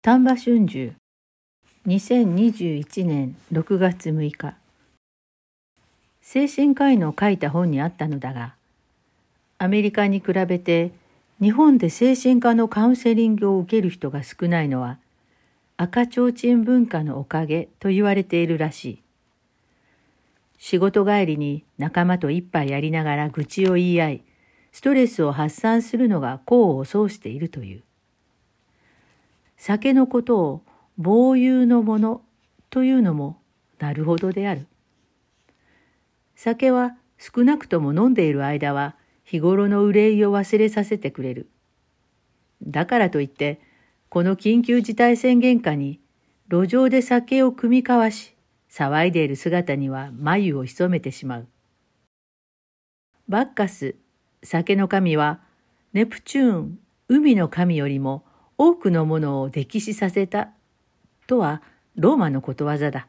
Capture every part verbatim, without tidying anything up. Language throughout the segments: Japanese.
丹波春秋にせんにじゅういちねんろくがつむいか。精神科医の書いた本にあったのだが、アメリカに比べて日本で精神科のカウンセリングを受ける人が少ないのは赤ちょうちん文化のおかげと言われているらしい。仕事帰りに仲間と一杯やりながら愚痴を言い合い、ストレスを発散するのが功を奏しているという。酒のことを傍遊のものというのもなるほどである。酒は少なくとも飲んでいる間は日頃の憂いを忘れさせてくれる。だからといってこの緊急事態宣言下に路上で酒を酌み交わし騒いでいる姿には眉を潜めてしまう。バッカス、酒の神はネプチューン、海の神よりも多くのものを溺死させたとはローマのことわざだ。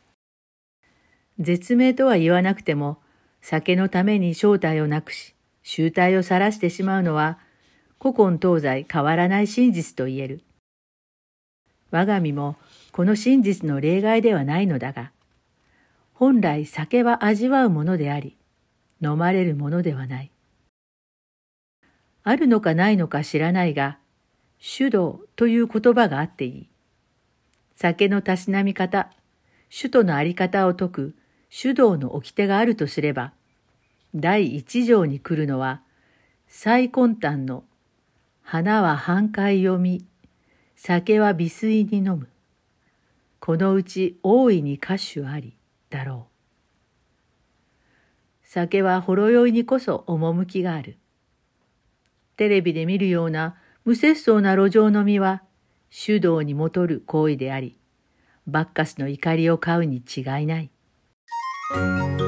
絶命とは言わなくても酒のために正体をなくし醜態を晒してしまうのは古今東西変わらない真実と言える。我が身もこの真実の例外ではないのだが、本来酒は味わうものであり飲まれるものではない。あるのかないのか知らないが、酒道という言葉があっていい。酒のたしなみ方、酒とのあり方を説く酒道の掟があるとすれば、第一条に来るのは、最根端の花は半壊読み、酒は微水に飲む。このうち大いに歌手ありだろう。酒はほろ酔いにこそ趣がある。テレビで見るような無節操な路上飲みは酒道にもとる行為であり、バッカスの怒りを買うに違いない。